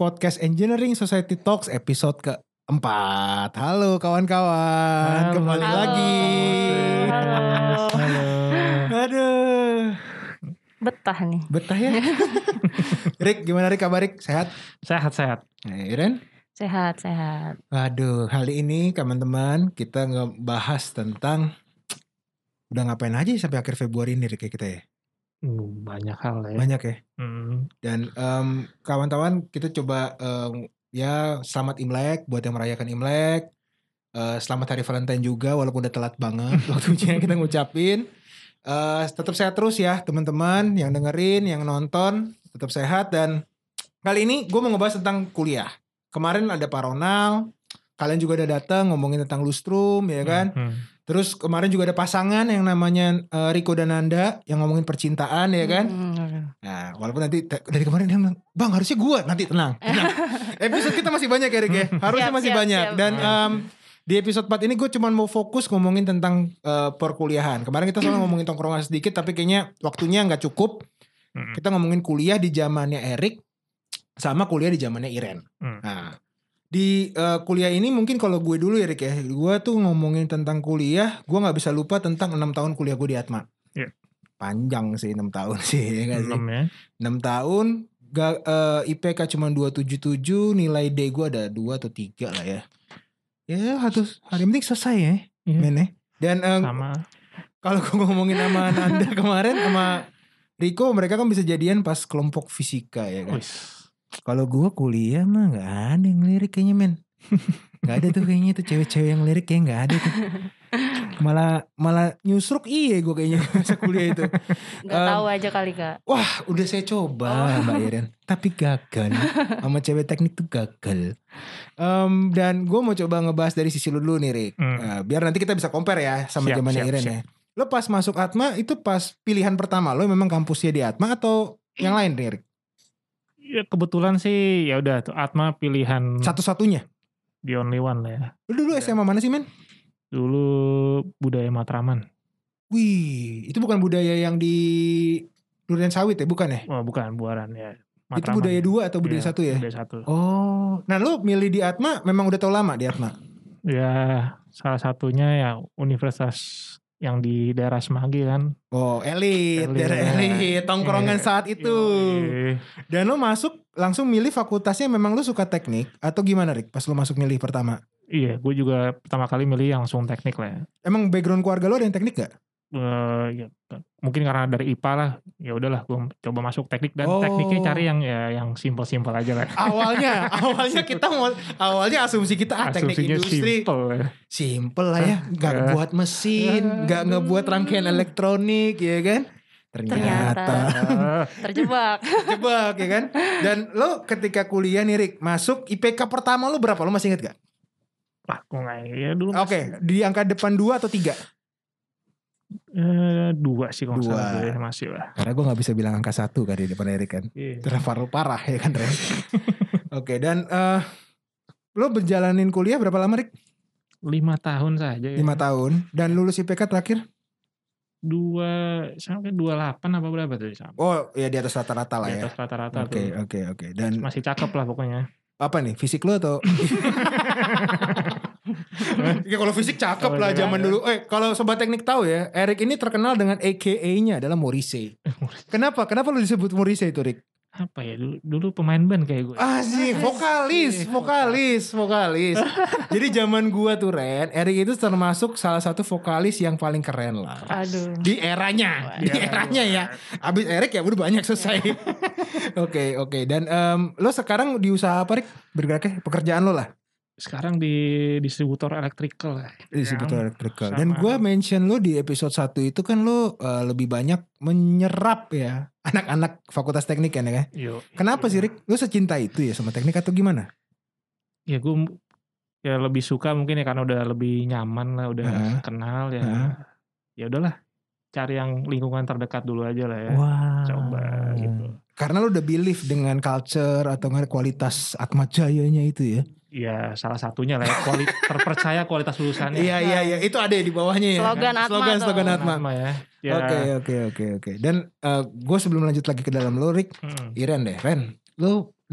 podcast Engineering Society Talks episode keempat. Halo kawan-kawan, kembali lagi. Halo. Aduh, Betah nih. betah ya. Rick, gimana Rick kabar Rick? Sehat? Sehat. Iren? Sehat. Waduh, kali ini teman-teman kita ngebahas tentang udah ngapain aja sampai akhir Februari ini Rick, kita ya? Banyak hal ya. Banyak ya. Dan kawan-kawan kita coba ya selamat Imlek buat yang merayakan Imlek. Selamat Hari Valentine juga walaupun udah telat banget waktunya kita ngucapin. Tetap sehat terus ya teman-teman yang dengerin, yang nonton, tetap sehat. Dan kali ini gue mau ngebahas tentang kuliah. Kemarin ada Pak Ronald, kalian juga udah datang ngomongin tentang lustrum ya kan. Terus kemarin juga ada pasangan yang namanya Riko dan Nanda yang ngomongin percintaan ya kan. Nah walaupun nanti dari kemarin dia bilang, Bang harusnya gue nanti tenang. Episode kita masih banyak ya Rick ya. Harusnya masih banyak. Dan di episode 4 ini gue cuma mau fokus ngomongin tentang perkuliahan. Kemarin kita soalnya ngomongin tongkrongan sedikit tapi kayaknya waktunya gak cukup. Kita ngomongin kuliah di zamannya Erik sama kuliah di zamannya Iren. Nah di kuliah ini mungkin kalau gue dulu ya Rick ya, gue tuh ngomongin tentang kuliah, gue gak bisa lupa tentang 6 tahun kuliah gue di Atma. Panjang sih 6 tahun sih. 6 tahun, IPK cuma 277, nilai D gue ada 2 atau 3 lah ya. Ya harus hari penting selesai ya men. Dan kalau gue ngomongin sama Nanda kemarin sama Riko, mereka kan bisa jadian pas kelompok fisika ya kan. Kalau gue kuliah mah gak ada yang lirik kayaknya men. Gak ada tuh kayaknya tuh cewek-cewek yang lirik kayak gak ada tuh. Malah nyusruk gue kayaknya masa kuliah itu. Gak tahu aja kali Kak. Wah udah saya coba Mbak Iren. Tapi gagal. Sama cewek teknik tuh gagal. Dan gue mau coba ngebahas dari sisi lu dulu nih Rick. Biar nanti kita bisa compare ya sama zamannya Iren ya. Lo pas masuk Atma itu pas pilihan pertama lo memang kampusnya di Atma atau yang lain nih Rick? Ya kebetulan sih ya udah tuh Atma pilihan satu-satunya. The only one lah ya. Lu dulu SMA mana sih men? Dulu budaya Matraman. Wih, itu bukan budaya yang di Durian Sawit ya, bukan ya? Oh bukan, Buaran ya. Matraman. Itu budaya 2 atau budaya 1 ya? Budaya 1. Oh, nah lu milih di Atma memang udah tau lama di Atma? Ya salah satunya ya universitas yang di daerah Semanggi kan. Oh daerah elit, tongkrongan saat itu. Dan lu masuk langsung milih fakultasnya memang lu suka teknik atau gimana Rick pas lu masuk milih pertama? Iya, gue juga pertama kali milih langsung teknik lah ya. Emang background keluarga lu ada yang teknik gak? Ya, mungkin karena dari IPA lah, ya udahlah gue coba masuk teknik dan tekniknya cari yang simpel-simpel aja lah. Awalnya kita asumsi kita teknik industri simple lah ya, nggak buat mesin, nggak ngebuat rangkaian elektronik ya kan? Ternyata terjebak ya kan? Dan lo ketika kuliah nih Rick, masuk IPK pertama lo berapa? Lo masih inget gak? Aku nggak ya dulu. Oke, di angka depan 2 atau 3? 2 sih kalau salah gue masih lah. Karena gue gak bisa bilang angka 1 kan di depan Erik kan. Terlalu parah ya kan Ren. Oke, dan lo berjalanin kuliah berapa lama Rik? 5 tahun saja ya. 5 tahun. Dan lulus IPK terakhir? 2 sampai 28 apa berapa tuh? Oh ya di atas rata-rata lah ya. Di atas rata-rata tuh. Oke. Dan masih cakep lah pokoknya. Apa nih? Fisik lo atau? Ya kalau fisik cakep lah zaman dulu. Kalau sobat teknik tahu ya, Erik ini terkenal dengan AKA-nya adalah Morrissey. Kenapa lu disebut Morrissey itu, Rick? Apa ya, dulu pemain band kayak gue. Asik, vokalis. Jadi zaman gua tuh Ren, Erik itu termasuk salah satu vokalis yang paling keren lah. Aduh. Di eranya ya. Abis Erik ya udah banyak selesai. Oke. Dan lo sekarang di usaha apa Rick? Bergeraknya pekerjaan lo lah. Sekarang di distributor electrical. Distributor electrical. Dan gue mention lo di episode 1 itu kan lo lebih banyak menyerap ya anak-anak fakultas teknik kan ya. Kenapa sih Rick? Lo secinta itu ya sama teknik atau gimana? Ya gue ya lebih suka mungkin ya karena udah lebih nyaman lah, udah kenal ya. Ya udahlah, cari yang lingkungan terdekat dulu aja lah ya. Coba gitu. Karena lo udah believe dengan culture atau kualitas Atma Jayanya itu ya. Iya salah satunya lah ya, terpercaya kualitas lulusannya. Iya itu ada di bawahnya ya. Slogan Atma ya. Oke. Dan gue sebelum lanjut lagi ke dalam lo Rick, Iren deh Ren, lo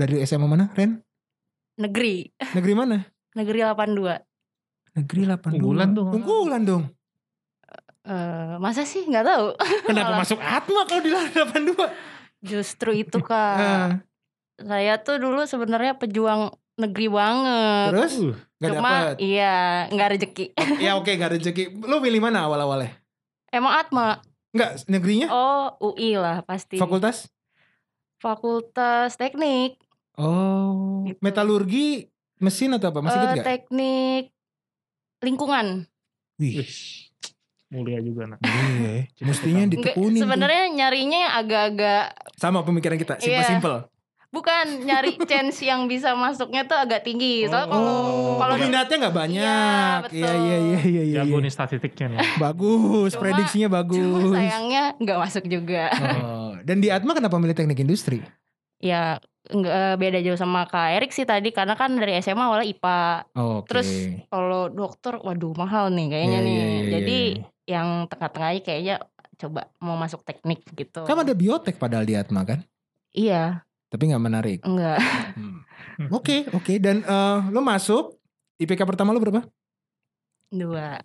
Dari SMA mana, Ren? Negeri. Negeri mana? Negeri 82. Negeri 82. Unggulan dong. Masa sih nggak tahu. Kenapa masuk Atma kalau di 82? Justru itu Kak. Saya tuh dulu sebenarnya pejuang negeri banget. Terus? Gak Cuma dapet? iya nggak rezeki. Ya oke, gak rezeki. Lu pilih mana awal-awalnya? Emang Atma? Enggak, negerinya? Oh UI lah pasti. Fakultas? Fakultas teknik. Oh, Gitu. metalurgi, mesin atau apa? Masih ingat gak? Teknik lingkungan. Wih, Mulia juga nak. iya. Mestinya ditekunin tuh. Sebenarnya nyarinya agak-agak Sama pemikiran kita, Iya. simple-simple. bukan nyari chance yang bisa masuknya tuh agak tinggi. Soalnya kalau peminatnya nggak banyak. betul. Iya. Jago nih statistiknya nih. Bagus, Cuma- prediksinya bagus. Cuma sayangnya nggak masuk juga. Oh, dan di Atma kenapa milih teknik industri? Ya nggak beda jauh sama Kak Erik sih tadi karena kan dari SMA awalnya IPA. Oke. Terus kalau dokter waduh mahal nih kayaknya nih. Iya. Jadi yang tengah-tengahnya kayaknya coba mau masuk teknik gitu. Kan ada biotek padahal di Atma kan? Iya, Tapi nggak menarik. enggak. Oke. Dan lo masuk IPK pertama lo berapa? 2.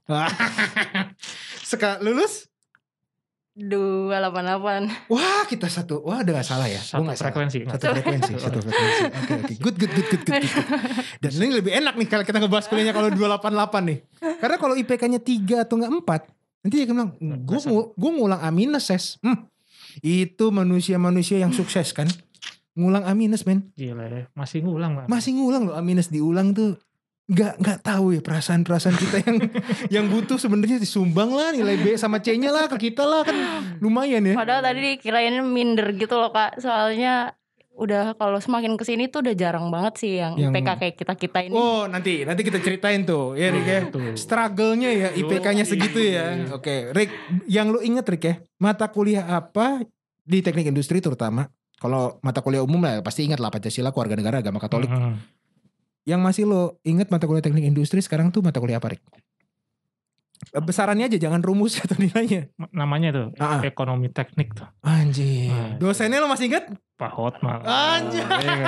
Lulus? 288. Wah kita satu. Wah udah gak salah ya. Satu Gua nggak salah. frekuensi. Satu frekuensi. Oke. Good. Dan ini lebih enak nih kalau kita ngebahas kuliahnya kalau 288 nih. Karena kalau IPK-nya 3 atau enggak 4, nanti dia bilang, gue ngulang A- ses. Itu manusia-manusia yang sukses kan. Ngulang A- men. Gila ya. Masih ngulang lah. Masih ngulang loh A- diulang tuh. Nggak tahu ya perasaan kita yang butuh sebenarnya disumbang lah nilai B sama C-nya lah ke kita lah kan lumayan ya. Padahal tadi kirain minder gitu loh Kak. Soalnya udah kalau semakin kesini tuh udah jarang banget sih yang IPK kayak kita ini. Oh nanti kita ceritain tuh ya Rick ya. Struggle-nya ya IPK-nya segitu ya. Oke Rick, yang lu inget Rick ya, mata kuliah apa di teknik industri terutama? Kalau mata kuliah umum lah pasti ingat lah Pancasila, keluarga negara, agama Katolik. Yang masih lo inget mata kuliah teknik industri sekarang tuh mata kuliah apa Rick? Besarannya aja, jangan rumus atau nilainya. Namanya tuh ekonomi teknik tuh. Anjir. Dosennya lo masih inget? Pak Hotma. Anjir.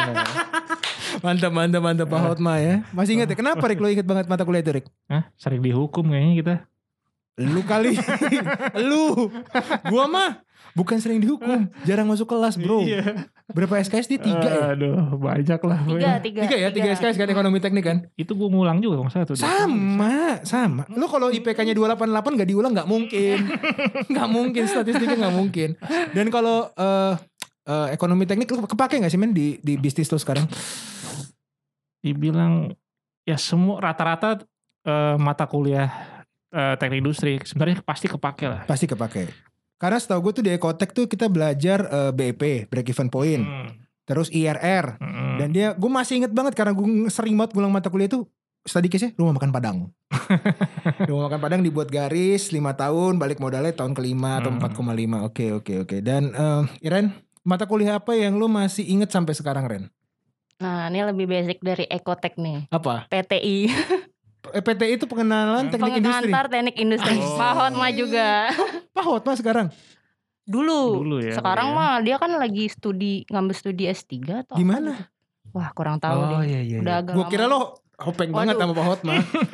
Mantap Pak Hotma ya. Masih inget ya? Kenapa Rick lo inget banget mata kuliah itu Rick? Hah? Sering dihukum kayaknya kita. Lu kali. Lu. Gua mah bukan sering dihukum, jarang masuk kelas bro. Berapa SKS dia? 3 ya? Aduh banyak lah. 3 SKS kan ekonomi teknik kan? Itu gue ngulang juga kalau saya tuh. Sama. Lu kalau IPK-nya 288 gak diulang gak mungkin. Gak mungkin, statistiknya gak mungkin. Dan kalau ekonomi teknik lu kepake gak sih men di bisnis lu sekarang? Dibilang ya semua rata-rata mata kuliah teknik industri sebenarnya pasti kepake lah. Pasti kepake. Karena setahu gue tuh di Ekotek tuh kita belajar BEP, break even point. Terus IRR. Dan gue masih inget banget karena gue sering banget ngulang mata kuliah tuh study case-nya rumah makan Padang. Rumah makan Padang dibuat garis 5 tahun, balik modalnya tahun kelima atau 4,5. Oke. Dan Iren, mata kuliah apa yang lu masih inget sampai sekarang Ren? Nah ini lebih basic dari Ekotek nih. Apa? PTI. PTI itu pengenalan teknik industri. Pengantar teknik industri. Pak Hotma juga. Pak Hotma sekarang? Dulu ya. Sekarang mah dia kan lagi ngambil studi S3 atau di mana? Wah kurang tahu deh. Iya. Udah agak Gua kira lo hopeng banget sama Pak Hotma.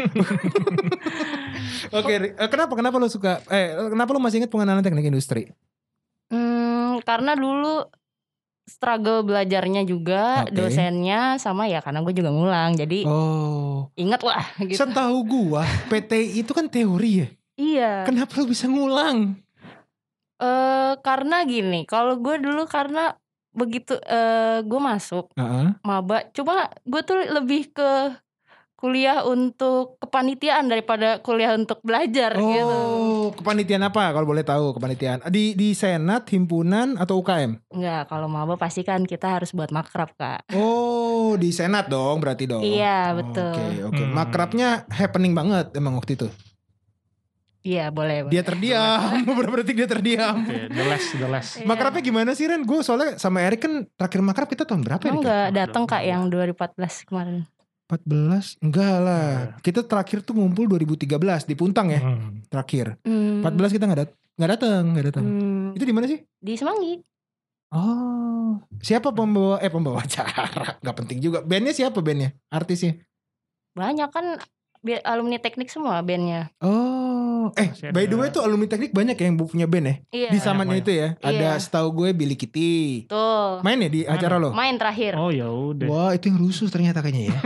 Oke, kenapa lo suka? Kenapa lo masih ingat pengenalan teknik industri? Karena dulu struggle belajarnya juga, dosennya sama ya karena gue juga ngulang. Jadi ingat lah gitu. Setahu gua PTI itu kan teori ya? Iya. Kenapa lo bisa ngulang? Karena gini, kalau gue dulu karena begitu gue masuk maba, cuma gue tuh lebih ke kuliah untuk kepanitiaan daripada kuliah untuk belajar gitu. Oh, kepanitiaan apa kalau boleh tahu kepanitiaan? Di Senat, himpunan atau UKM? Enggak, kalau maba pasti kan kita harus buat makrab Kak. Oh, di Senat dong berarti dong. Iya, betul. Oke. Makrabnya happening banget emang waktu itu. Iya boleh. Dia terdiam. Berarti dia terdiam. The less. Makrabnya gimana sih Ren? Gue soalnya sama Erik kan terakhir makrab kita tahun berapa ya? Enggak datang Kak yang 2014 kemarin. 14? Enggak lah. Kita terakhir tuh ngumpul 2013 di Puntang ya. Terakhir. 14 kita nggak datang. Itu di mana sih? Di Semanggi. Oh, siapa pembawa acara? Gak penting juga. Bandnya siapa bandnya? Artisnya? Banyak kan alumni teknik semua bandnya. Oh, by the way tuh alumni teknik banyak yang punya band ya? Iya. Di zamannya itu ya. Ada Iya. setahu gue Billy Kitty. Tuh. Main ya di acara lo? Main terakhir. Oh ya udah. Wah, itu yang rusuh ternyata kayaknya ya.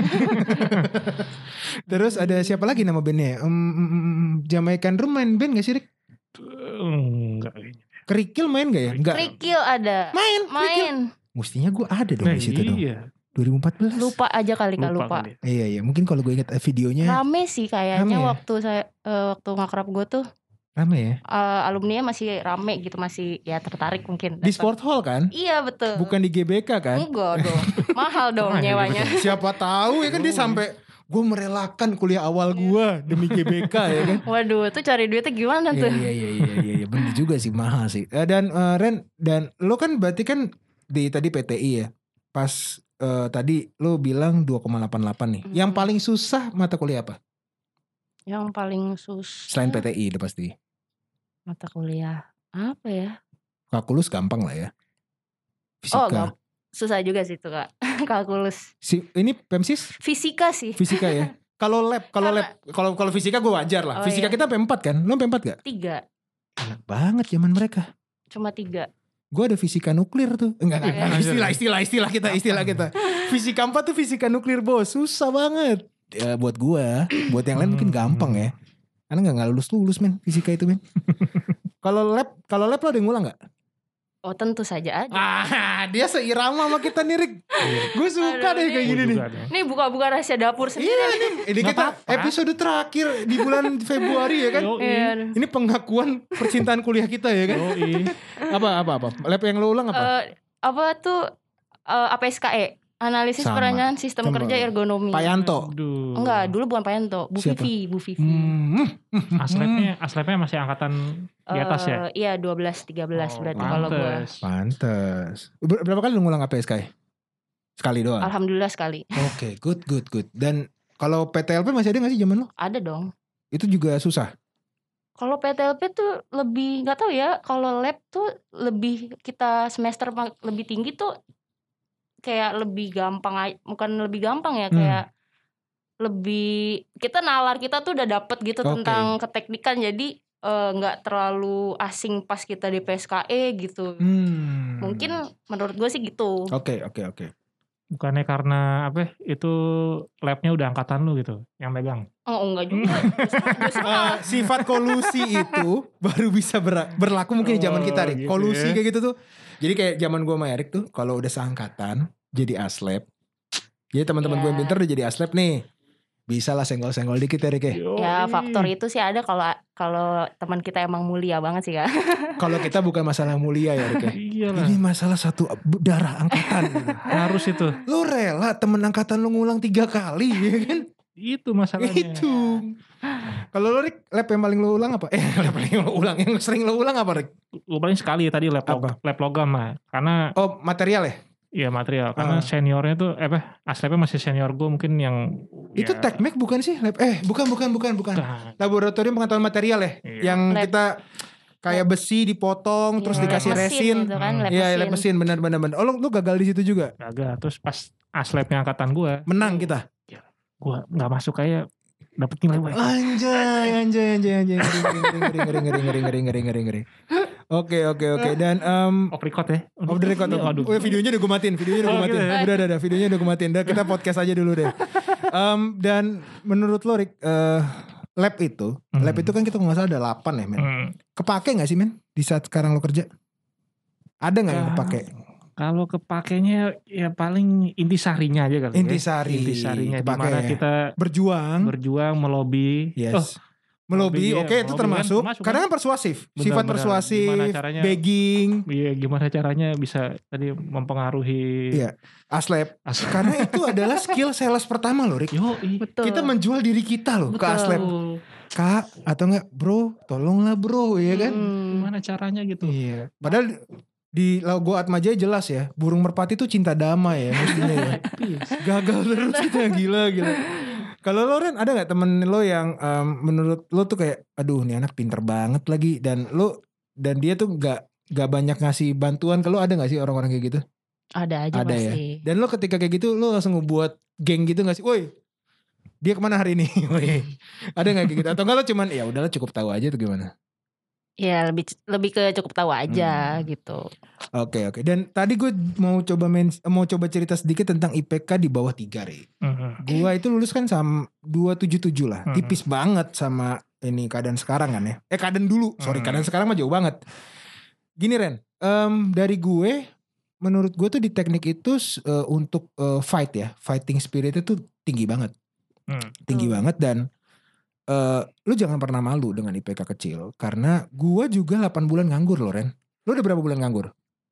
Terus ada siapa lagi nama bandnya? Jamaican Room main band gak sih, Rik? Enggak. Kerikil main gak ya? Enggak. Kerikil ada. Main. Mestinya gue ada dong di situ dong. 2014. Lupa aja kali Kak, lupa. Iya, mungkin kalau gue ingat videonya. Rame sih kayaknya ya? waktu ngakrab gue tuh. Rame ya? Alumninya masih rame gitu, masih ya tertarik mungkin. Di Sport Hall kan? Iya betul. Bukan di GBK kan? Enggak dong. Mahal dong nyewanya. Siapa tahu ya kan dia sampai gue merelakan kuliah awal gue demi GBK ya kan. Waduh, tuh cari duitnya gimana tuh? Iya, bener juga sih, mahal sih. Dan Ren, dan lo kan berarti kan di tadi PTI ya. Pas tadi lo bilang 2,88 nih. Yang paling susah mata kuliah apa? Yang paling susah selain PTI udah pasti. Mata kuliah apa ya? Kalkulus gampang lah ya. Fisika. Susah juga sih tuh Kak. Kalkulus. Ini PEMSIS? Fisika sih. Fisika ya. Kalau fisika gue wajar lah. Fisika kita P4 kan? Lo P4 gak? 3. Enak banget zaman mereka. Cuma 3. Gue ada fisika nuklir tuh. Enggak. Istilah kita. Fisika 4 tuh fisika nuklir bos. Susah banget. Ya, buat gue. Buat yang lain mungkin gampang ya. Karena gak lulus men fisika itu men. Kalau lab lo ada yang ngulang gak? Oh tentu saja ada. Dia seirama sama kita nih Rik. Gue suka deh kayak gini nih. Ini buka-buka rahasia dapur sendiri. Iya ini kita episode terakhir di bulan Februari ya kan. Ini pengakuan percintaan kuliah kita ya kan. Apa lab yang lo ulang apa? Apa tuh APSKE, analisis perancangan sistem kerja ergonomi. Pak Yanto. Enggak, dulu bukan Pak Yanto, Bu Vivi. Aslepnya masih angkatan di atas ya? Iya 12-13 berarti kalau gue. Pantes. Berapa kali lu ngulang APSK? Sekali doang? Alhamdulillah sekali. Oke, good. Dan kalau PTLP masih ada gak sih zaman lo? Ada dong. Itu juga susah? Kalau PTLP tuh lebih, gak tahu ya, kalau lab tuh lebih kita semester lebih tinggi tuh kayak lebih gampang, bukan lebih gampang ya, kayak lebih, kita nalar kita tuh udah dapet gitu tentang keteknikan, jadi nggak terlalu asing pas kita di PSKE gitu. Mungkin menurut gue sih gitu. Oke. Bukannya karena itu labnya udah angkatan lu gitu yang megang? Oh enggak juga. Sifat kolusi itu baru bisa berlaku mungkin di zaman kita nih. Gitu kolusi kayak gitu tuh. Jadi kayak zaman gue sama Erik tuh kalau udah seangkatan jadi aslab. Jadi teman-teman gue yang pinter udah jadi aslab nih. Bisa lah senggol-senggol dikit ya Rik. Ya faktor itu sih ada kalau teman kita emang mulia banget sih Kak. Kalau kita bukan masalah mulia ya Rik. Iyalah. Ini masalah satu darah angkatan gitu. Harus itu. Lu rela temen angkatan lu ngulang 3 kali ya kan? Itu masalahnya. Itu. Kalau lu Rik, lab yang paling lu ulang apa? Lab paling lu ulang, yang sering lu ulang apa Rik? Gue paling sekali tadi lab logam lah. Karena material ya? Iya material, karena seniornya tuh aslabnya masih senior gue mungkin yang itu teknik bukan sih? Bukan. Laboratorium pengetahuan material ya? Iya. Yang kita kayak besi dipotong terus dikasih resin. Gitu kan, iya, lab mesin benar. Oh, lu gagal di situ juga? Gagal. Terus pas aslabnya angkatan gue menang kita. Ya, gue nggak masuk kayak dapet nilai baik. Anjay. Ngeri. Oke. Dan off record ya. Off the record. Videonya udah gue matiin. Udah videonya udah gue matiin. Udah kita podcast aja dulu deh. Dan menurut lo Rik, lab itu kan kita nggak salah ada 8 ya men. Kepake nggak sih men di saat sekarang lo kerja? Ada nggak yang kepake? Kalau kepakainya ya paling intisarinya aja kali. Intisarinya dimana kita berjuang melobi. Yes. Melobi, itu termasuk. Karena kan persuasif, sifat persuasif, begging. Iya, gimana caranya bisa tadi mempengaruhi. Iya, aslab. Karena itu adalah skill sales pertama loh, Rik. Betul. Kita menjual diri kita loh ke aslab. Kak, atau enggak, bro, tolonglah bro, ya kan? Gimana caranya gitu? Iya. Padahal di logo Atmajaya jelas ya, burung merpati itu cinta damai ya mestinya ya. Gagal terus kita gila. Kalau lo Ren, ada gak temen lo yang menurut lo tuh kayak aduh nih anak pinter banget lagi dan dia tuh gak gak banyak ngasih bantuan ke lo, ada gak sih orang-orang kayak gitu? Ada aja pasti. Ya. Dan lo ketika kayak gitu lo langsung ngebuat geng gitu gak sih? Woi, dia kemana hari ini? Ada gak kayak gitu? Atau enggak lo cuman ya udahlah cukup tahu aja tuh gimana? Ya lebih ke cukup tahu aja gitu. Oke. Dan tadi gue mau coba cerita sedikit tentang IPK di bawah 3 Ri. Gue itu lulus kan sama 277 lah. Tipis banget sama ini keadaan sekarang kan ya. Keadaan dulu. Keadaan sekarang mah jauh banget. Gini Ren, dari gue, menurut gue tuh di teknik itu untuk fighting spirit itu tinggi banget. Tinggi banget dan lu jangan pernah malu dengan IPK kecil. Karena gue juga 8 bulan nganggur loh Ren. Lu udah berapa bulan nganggur?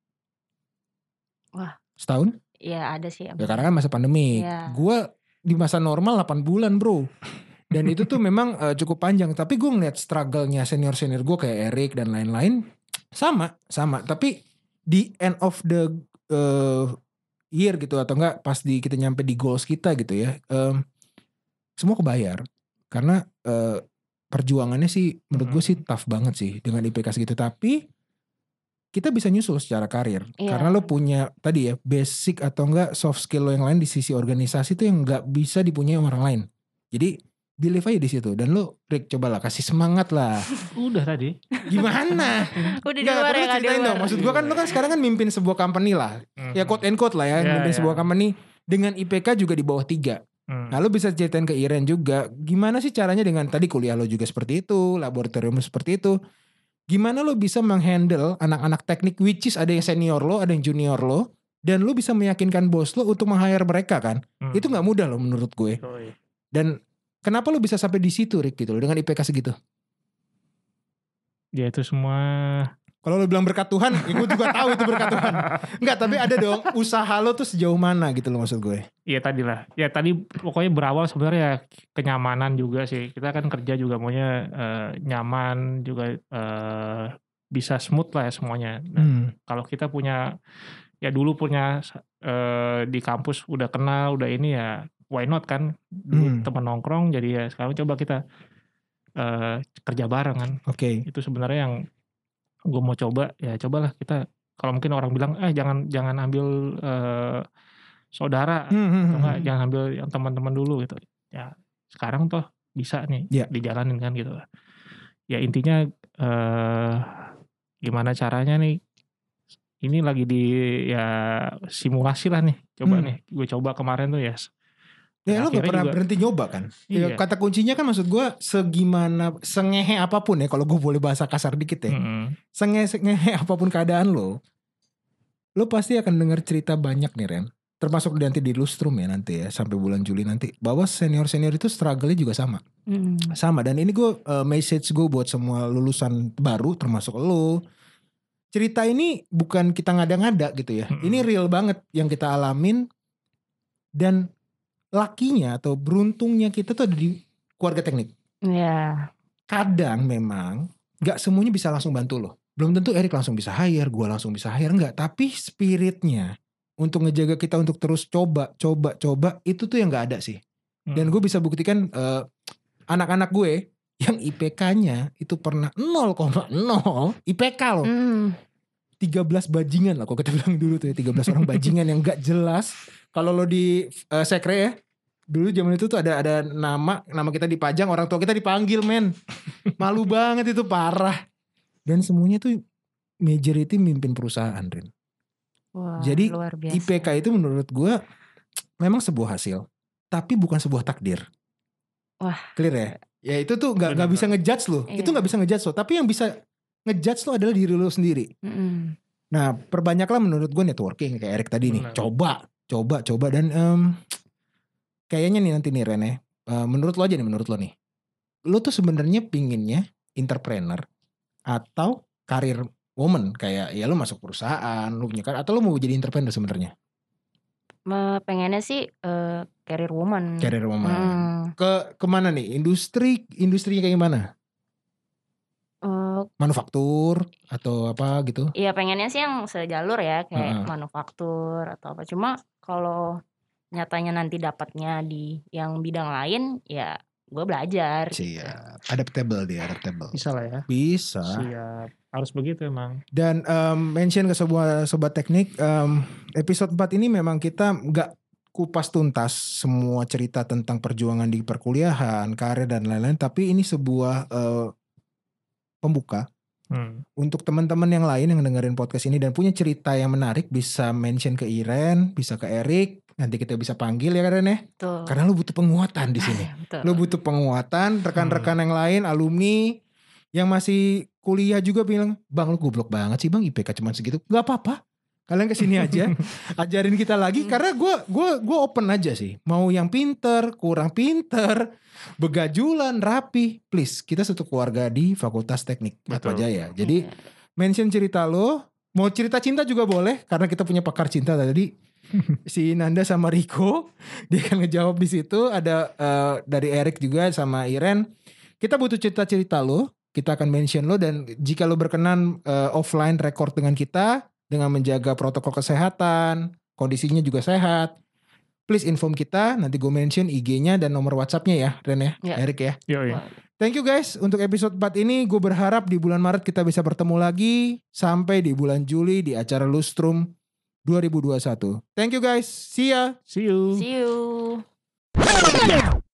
Wah. Setahun? Iya ada sih. Ya karena kan masa pandemi. Gue di masa normal 8 bulan bro. Dan itu tuh memang cukup panjang. Tapi gue ngeliat struggle-nya senior-senior gue kayak Eric dan lain-lain. Sama. Tapi di end of the year gitu. Atau enggak pas kita nyampe di goals kita gitu ya. Semua kebayar. Karena perjuangannya sih menurut gue sih tough banget sih dengan IPK segitu. Tapi kita bisa nyusul secara karir. Karena lo punya tadi ya basic atau enggak soft skill lo yang lain di sisi organisasi tuh yang enggak bisa dipunyai orang lain. Jadi believe aja di situ. Dan lo Rick cobalah kasih semangat lah. Udah tadi. Gimana? Udah di luar ya kan. Ceritain dong. Maksud gue kan lo kan sekarang kan mimpin sebuah company lah. Ya quote and quote lah ya. Mimpin sebuah company dengan IPK juga di bawah 3. Nah lo bisa ceritain ke Iren juga. Gimana sih caranya dengan tadi kuliah lo juga seperti itu. Laboratorium seperti itu. Gimana lo bisa menghandle anak-anak teknik which is ada yang senior lo, ada yang junior lo. Dan lo bisa meyakinkan bos lo untuk meng-hire mereka kan. Itu gak mudah lo menurut gue. Dan kenapa lo bisa sampai di situ Rick gitu dengan IPK segitu? Ya itu semua. Kalau lo bilang berkat Tuhan, ya gue juga tahu itu berkat Tuhan. Enggak, tapi ada dong usaha lo tuh sejauh mana gitu lo maksud gue. Iya tadi lah. Ya tadi pokoknya berawal sebenarnya ya kenyamanan juga sih. Kita kan kerja juga maunya nyaman juga bisa smooth lah ya semuanya. Nah, kalau kita punya ya dulu punya di kampus udah kenal udah ini ya why not kan. Dulu teman nongkrong jadi ya sekarang coba kita kerja bareng kan. Oke. Itu sebenarnya yang gue mau coba ya cobalah kita. Kalau mungkin orang bilang jangan ambil saudara atau enggak jangan ambil yang teman-teman dulu gitu ya sekarang toh bisa nih dijalanin kan gitu ya intinya gimana caranya nih ini lagi di ya simulasi lah nih coba nih gue coba kemarin tuh ya lo gak pernah berhenti nyoba kan. Ya, kata kuncinya kan maksud gue sengehe apapun ya kalau gue boleh bahasa kasar dikit ya. Sengehe apapun keadaan lo pasti akan dengar cerita banyak nih Ren. Termasuk nanti di Lustrum ya nanti ya sampai bulan Juli nanti. Bahwa senior-senior itu struggle-nya juga sama. Sama dan ini gue message gue buat semua lulusan baru termasuk lo. Cerita ini bukan kita ngada-ngada gitu ya. Ini real banget yang kita alamin. Dan lakinya atau beruntungnya kita tuh ada di keluarga teknik. Iya. Kadang memang gak semuanya bisa langsung bantu lo. Belum tentu Eric langsung bisa hire, gue langsung bisa hire. Enggak, tapi spiritnya untuk ngejaga kita untuk terus coba itu tuh yang gak ada sih. Dan gue bisa buktikan anak-anak gue yang IPK-nya itu pernah 0,0 IPK loh. 13 bajingan lah kalau kita bilang dulu tuh ya, 13 orang bajingan yang gak jelas. Kalau lo di sekre ya, dulu zaman itu tuh ada nama kita dipajang, orang tua kita dipanggil men. Malu banget itu parah. Dan semuanya tuh majority mimpin perusahaan Rin. Wah, jadi luar biasa. IPK itu menurut gue memang sebuah hasil, tapi bukan sebuah takdir. Wah, clear ya? Ya itu tuh gak bisa ngejudge lo. Itu gak bisa ngejudge lo. Tapi yang bisa ngejudge lo adalah diri lo sendiri. Nah perbanyaklah menurut gue networking kayak Eric tadi nih. Coba dan kayaknya nih nanti nih Ren menurut lo aja nih, menurut lo nih, lo tuh sebenarnya pinginnya entrepreneur atau karir woman kayak ya lo masuk perusahaan lo punya atau lo mau jadi entrepreneur sebenarnya? Pengennya sih career woman. Kemana nih? Industri kayak gimana? Manufaktur atau apa gitu? Iya pengennya sih yang sejalur ya kayak manufaktur atau apa. Cuma kalau nyatanya nanti dapatnya di yang bidang lain ya gue belajar. Siap. Adaptable. Bisa lah ya. Bisa. Siap. Harus begitu emang. Dan mention ke sebuah sobat teknik, episode 4 ini memang kita gak kupas tuntas semua cerita tentang perjuangan di perkuliahan, karir dan lain-lain. Tapi ini sebuah pembuka. Untuk teman-teman yang lain yang dengerin podcast ini dan punya cerita yang menarik, bisa mention ke Iren, bisa ke Erik, nanti kita bisa panggil ya Karen ya. Betul. Karena lu butuh penguatan di sini. Lu butuh penguatan, rekan-rekan yang lain, alumni yang masih kuliah juga bilang, "Bang, lu goblok banget sih Bang, IPK cuma segitu." Gak apa-apa. Kalian kesini aja, ajarin kita lagi. Karena gue open aja sih. Mau yang pinter, kurang pinter, begajulan, rapi, please, kita satu keluarga di Fakultas Teknik Atmajaya. Jadi mention cerita lo, mau cerita cinta juga boleh, karena kita punya pakar cinta tadi. Si Nanda sama Riko, dia akan ngejawab di situ. Ada dari Erik juga sama Iren. Kita butuh cerita-cerita lo, kita akan mention lo, dan jika lo berkenan offline record dengan kita, dengan menjaga protokol kesehatan, kondisinya juga sehat, please inform kita. Nanti gue mention IG-nya dan nomor WhatsApp-nya ya, Ren ya, Erik ya. Thank you guys untuk episode 4 ini. Gue berharap di bulan Maret kita bisa bertemu lagi, sampai di bulan Juli di acara Lustrum 2021. Thank you guys. See ya. See you. See you.